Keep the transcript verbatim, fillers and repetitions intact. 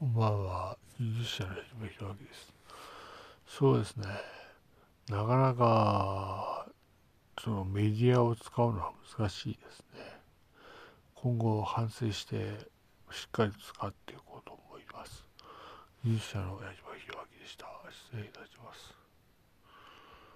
んばんは、技術者の矢島弘明です。そうですね、なかなかそのメディアを使うのは難しいですね。今後反省してしっかり使っていこうと思います。技術者の矢島弘明でした。失礼いたします。